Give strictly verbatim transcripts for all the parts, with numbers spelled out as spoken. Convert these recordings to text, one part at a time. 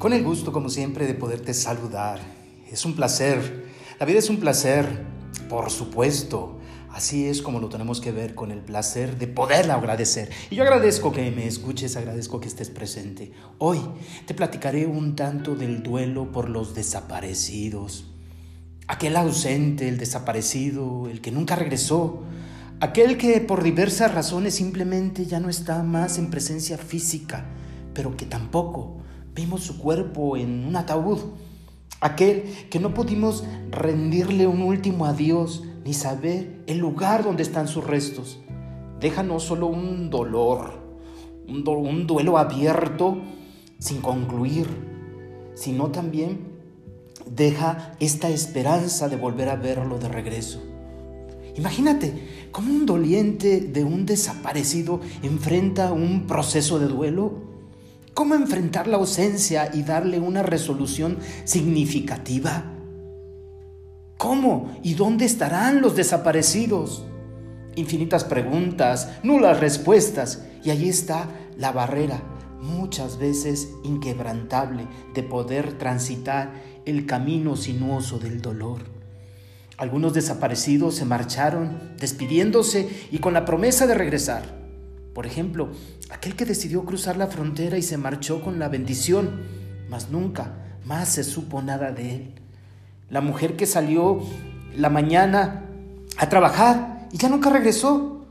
Con el gusto, como siempre, de poderte saludar. Es un placer. La vida es un placer, por supuesto. Así es como lo tenemos que ver, con el placer de poderla agradecer. Y yo agradezco que me escuches, agradezco que estés presente. Hoy te platicaré un tanto del duelo por los desaparecidos. Aquel ausente, el desaparecido, el que nunca regresó. Aquel que por diversas razones simplemente ya no está más en presencia física, pero que tampoco vimos su cuerpo en un ataúd. Aquel que no pudimos rendirle un último adiós ni saber el lugar donde están sus restos. Deja no solo un dolor, un, do- un duelo abierto sin concluir, sino también deja esta esperanza de volver a verlo de regreso. Imagínate cómo un doliente de un desaparecido enfrenta un proceso de duelo. ¿Cómo enfrentar la ausencia y darle una resolución significativa? ¿Cómo y dónde estarán los desaparecidos? Infinitas preguntas, nulas respuestas, y allí está la barrera, muchas veces inquebrantable, de poder transitar el camino sinuoso del dolor. Algunos desaparecidos se marcharon despidiéndose y con la promesa de regresar. Por ejemplo, aquel que decidió cruzar la frontera y se marchó con la bendición, mas nunca más se supo nada de él. La mujer que salió la mañana a trabajar y ya nunca regresó.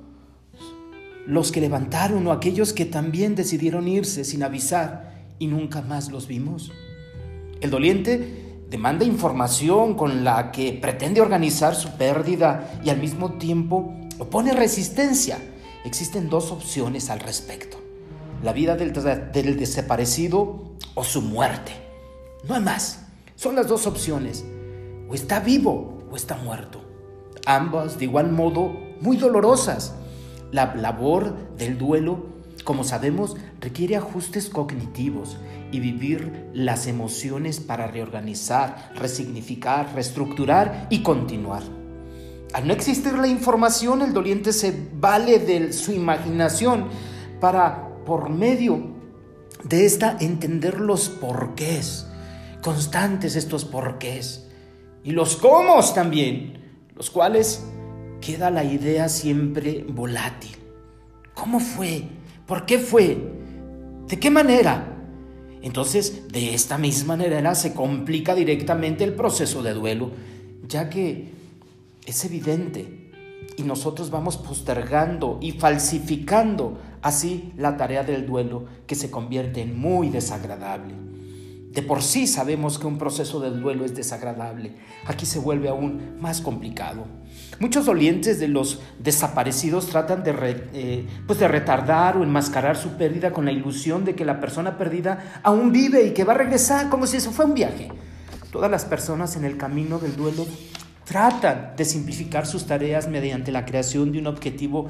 Los que levantaron o aquellos que también decidieron irse sin avisar y nunca más los vimos. El doliente demanda información con la que pretende organizar su pérdida y al mismo tiempo opone resistencia. Existen dos opciones al respecto: la vida del, del desaparecido o su muerte. No hay más. Son las dos opciones. O está vivo o está muerto. Ambas, de igual modo, muy dolorosas. La labor del duelo, como sabemos, requiere ajustes cognitivos y vivir las emociones para reorganizar, resignificar, reestructurar y continuar. Al no existir la información, el doliente se vale de su imaginación para, por medio de esta, entender los porqués, constantes estos porqués, y los cómo también, los cuales queda la idea siempre volátil. ¿Cómo fue? ¿Por qué fue? ¿De qué manera? Entonces, de esta misma manera se complica directamente el proceso de duelo, ya que es evidente y nosotros vamos postergando y falsificando así la tarea del duelo, que se convierte en muy desagradable. De por sí sabemos que un proceso de duelo es desagradable. Aquí se vuelve aún más complicado. Muchos dolientes de los desaparecidos tratan de, re, eh, pues de retardar o enmascarar su pérdida con la ilusión de que la persona perdida aún vive y que va a regresar, como si eso fuera un viaje. Todas las personas en el camino del duelo tratan de simplificar sus tareas mediante la creación de un objetivo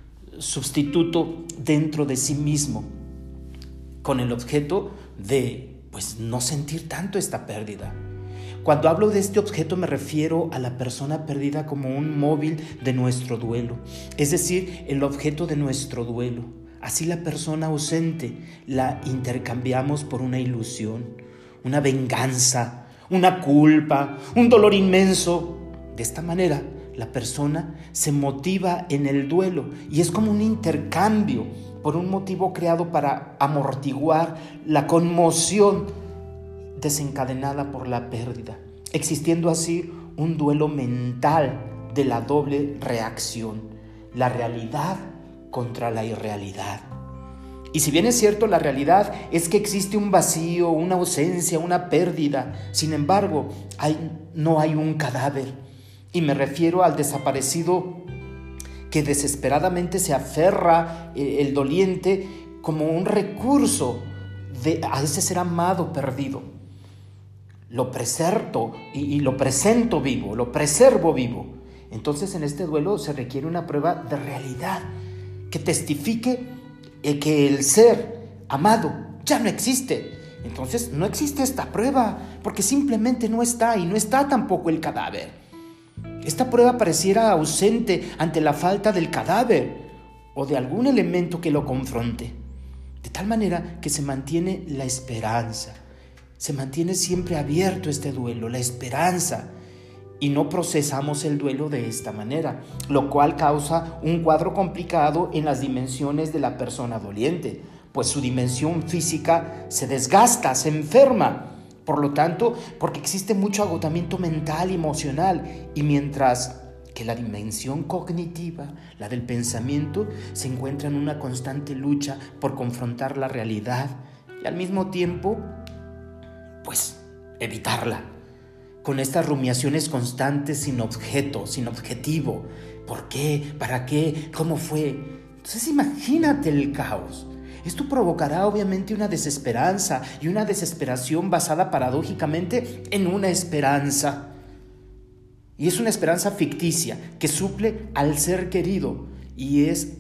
sustituto dentro de sí mismo, con el objeto de pues, no sentir tanto esta pérdida. Cuando hablo de este objeto me refiero a la persona perdida como un móvil de nuestro duelo, es decir, el objeto de nuestro duelo. Así la persona ausente la intercambiamos por una ilusión, una venganza, una culpa, un dolor inmenso. De esta manera, la persona se motiva en el duelo y es como un intercambio por un motivo creado para amortiguar la conmoción desencadenada por la pérdida, existiendo así un duelo mental de la doble reacción, la realidad contra la irrealidad. Y si bien es cierto, la realidad es que existe un vacío, una ausencia, una pérdida, sin embargo, hay, no hay un cadáver. Y me refiero al desaparecido que desesperadamente se aferra eh, el doliente como un recurso de, a ese ser amado perdido. Lo preservo y, y lo presento vivo, lo preservo vivo. Entonces en este duelo se requiere una prueba de realidad que testifique eh, que el ser amado ya no existe. Entonces no existe esta prueba porque simplemente no está, y no está tampoco el cadáver. Esta prueba pareciera ausente ante la falta del cadáver o de algún elemento que lo confronte, de tal manera que se mantiene la esperanza se mantiene siempre abierto este duelo, la esperanza, y no procesamos el duelo de esta manera, lo cual causa un cuadro complicado en las dimensiones de la persona doliente, pues su dimensión física se desgasta, se enferma. Por lo tanto, porque existe mucho agotamiento mental y emocional, y mientras que la dimensión cognitiva, la del pensamiento, se encuentra en una constante lucha por confrontar la realidad y al mismo tiempo, pues, evitarla. Con estas rumiaciones constantes sin objeto, sin objetivo. ¿Por qué? ¿Para qué? ¿Cómo fue? Entonces imagínate el caos. Esto provocará obviamente una desesperanza y una desesperación basada paradójicamente en una esperanza. Y es una esperanza ficticia que suple al ser querido y es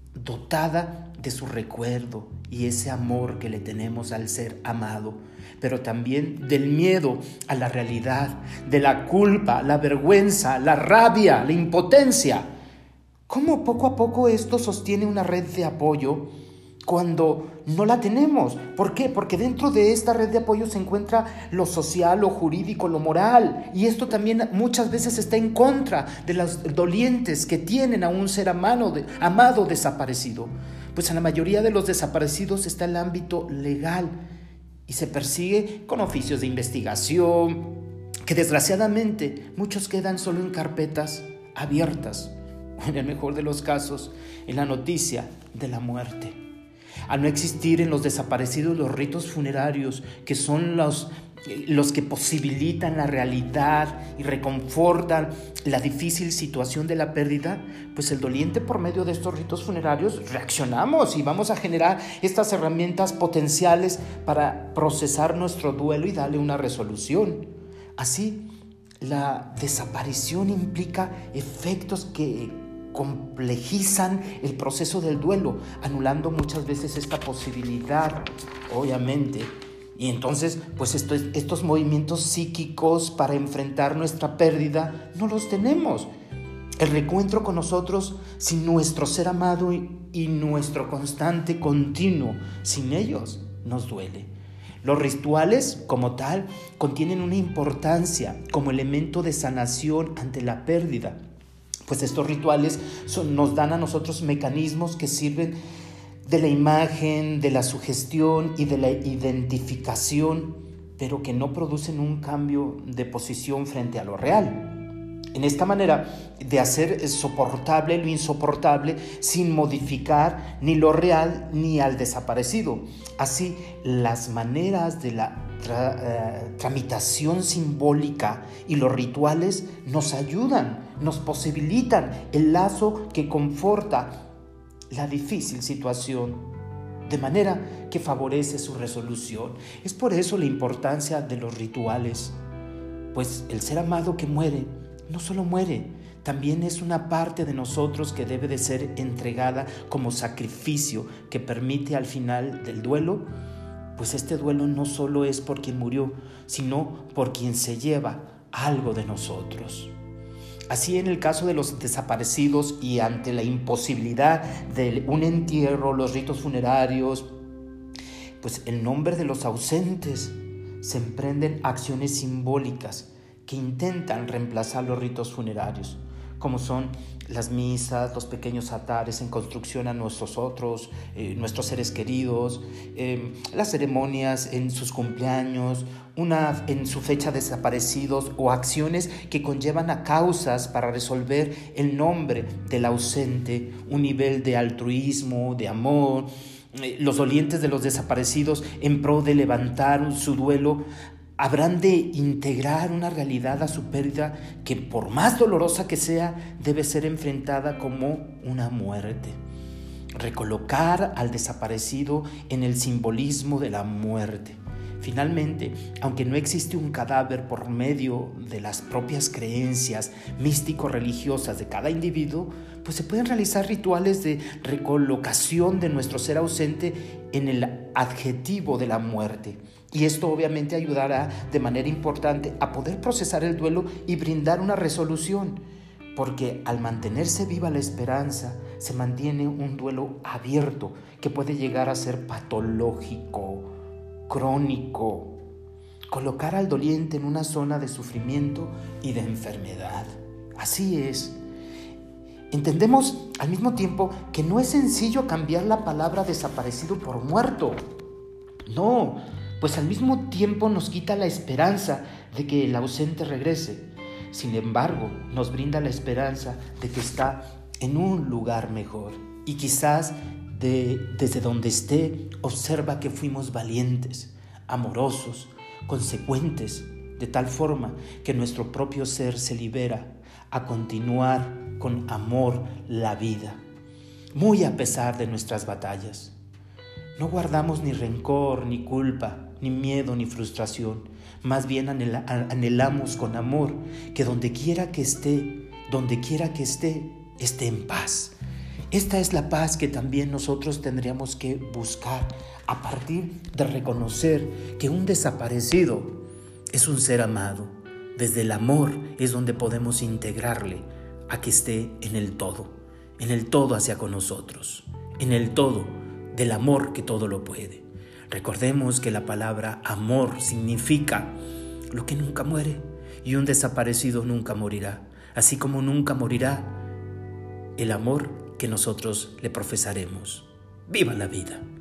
dotada de su recuerdo y ese amor que le tenemos al ser amado, pero también del miedo a la realidad, de la culpa, la vergüenza, la rabia, la impotencia. ¿Cómo poco a poco esto sostiene una red de apoyo cuando no la tenemos? ¿Por qué? Porque dentro de esta red de apoyo se encuentra lo social, lo jurídico, lo moral, y esto también muchas veces está en contra de los dolientes que tienen a un ser amado, amado desaparecido. Pues en la mayoría de los desaparecidos está el ámbito legal y se persigue con oficios de investigación, que desgraciadamente muchos quedan solo en carpetas abiertas, o en el mejor de los casos, en la noticia de la muerte. Al no existir en los desaparecidos los ritos funerarios, que son los, los que posibilitan la realidad y reconfortan la difícil situación de la pérdida, pues el doliente, por medio de estos ritos funerarios, reaccionamos y vamos a generar estas herramientas potenciales para procesar nuestro duelo y darle una resolución. Así, la desaparición implica efectos que complejizan el proceso del duelo, anulando muchas veces esta posibilidad, obviamente. Y entonces, pues esto, estos movimientos psíquicos para enfrentar nuestra pérdida no los tenemos. El reencuentro con nosotros sin nuestro ser amado y, y nuestro constante continuo, sin ellos, nos duele. Los rituales, como tal, contienen una importancia como elemento de sanación ante la pérdida. Pues estos rituales son, nos dan a nosotros mecanismos que sirven de la imagen, de la sugestión y de la identificación, pero que no producen un cambio de posición frente a lo real. En esta manera de hacer soportable lo insoportable sin modificar ni lo real ni al desaparecido. Así, las maneras de la Tra, eh, tramitación simbólica y los rituales nos ayudan, nos posibilitan el lazo que conforta la difícil situación, de manera que favorece su resolución. Es por eso la importancia de los rituales, pues el ser amado que muere no solo muere, también es una parte de nosotros que debe de ser entregada como sacrificio que permite al final del duelo. Pues este duelo no solo es por quien murió, sino por quien se lleva algo de nosotros. Así, en el caso de los desaparecidos y ante la imposibilidad de un entierro, los ritos funerarios, pues en nombre de los ausentes se emprenden acciones simbólicas que intentan reemplazar los ritos funerarios, como son las misas, los pequeños altares en construcción a nuestros otros, eh, nuestros seres queridos, eh, las ceremonias en sus cumpleaños, una en su fecha de desaparecidos, o acciones que conllevan a causas para resolver el nombre del ausente, un nivel de altruismo, de amor. Eh, los dolientes de los desaparecidos, en pro de levantar su duelo, habrán de integrar una realidad a su pérdida que, por más dolorosa que sea, debe ser enfrentada como una muerte. Recolocar al desaparecido en el simbolismo de la muerte. Finalmente, aunque no existe un cadáver por medio de las propias creencias místico-religiosas de cada individuo, pues se pueden realizar rituales de recolocación de nuestro ser ausente en el adjetivo de la muerte. Y esto obviamente ayudará de manera importante a poder procesar el duelo y brindar una resolución, porque al mantenerse viva la esperanza, se mantiene un duelo abierto que puede llegar a ser patológico, crónico. colocar al doliente en una zona de sufrimiento y de enfermedad. Así es. Entendemos al mismo tiempo que no es sencillo cambiar la palabra desaparecido por muerto. No, pues al mismo tiempo nos quita la esperanza de que el ausente regrese. Sin embargo, nos brinda la esperanza de que está en un lugar mejor. Y quizás de, desde donde esté, observa que fuimos valientes, amorosos, consecuentes, de tal forma que nuestro propio ser se libera a continuar con amor la vida, muy a pesar de nuestras batallas. No guardamos ni rencor, ni culpa, ni miedo, ni frustración. Más bien anhelamos con amor que donde quiera que esté, donde quiera que esté, esté en paz. Esta es la paz que también nosotros tendríamos que buscar a partir de reconocer que un desaparecido es un ser amado. Desde el amor es donde podemos integrarle a que esté en el todo, en el todo hacia con nosotros, en el todo del amor que todo lo puede. Recordemos que la palabra amor significa lo que nunca muere, y un desaparecido nunca morirá, así como nunca morirá el amor que nosotros le profesaremos. ¡Viva la vida!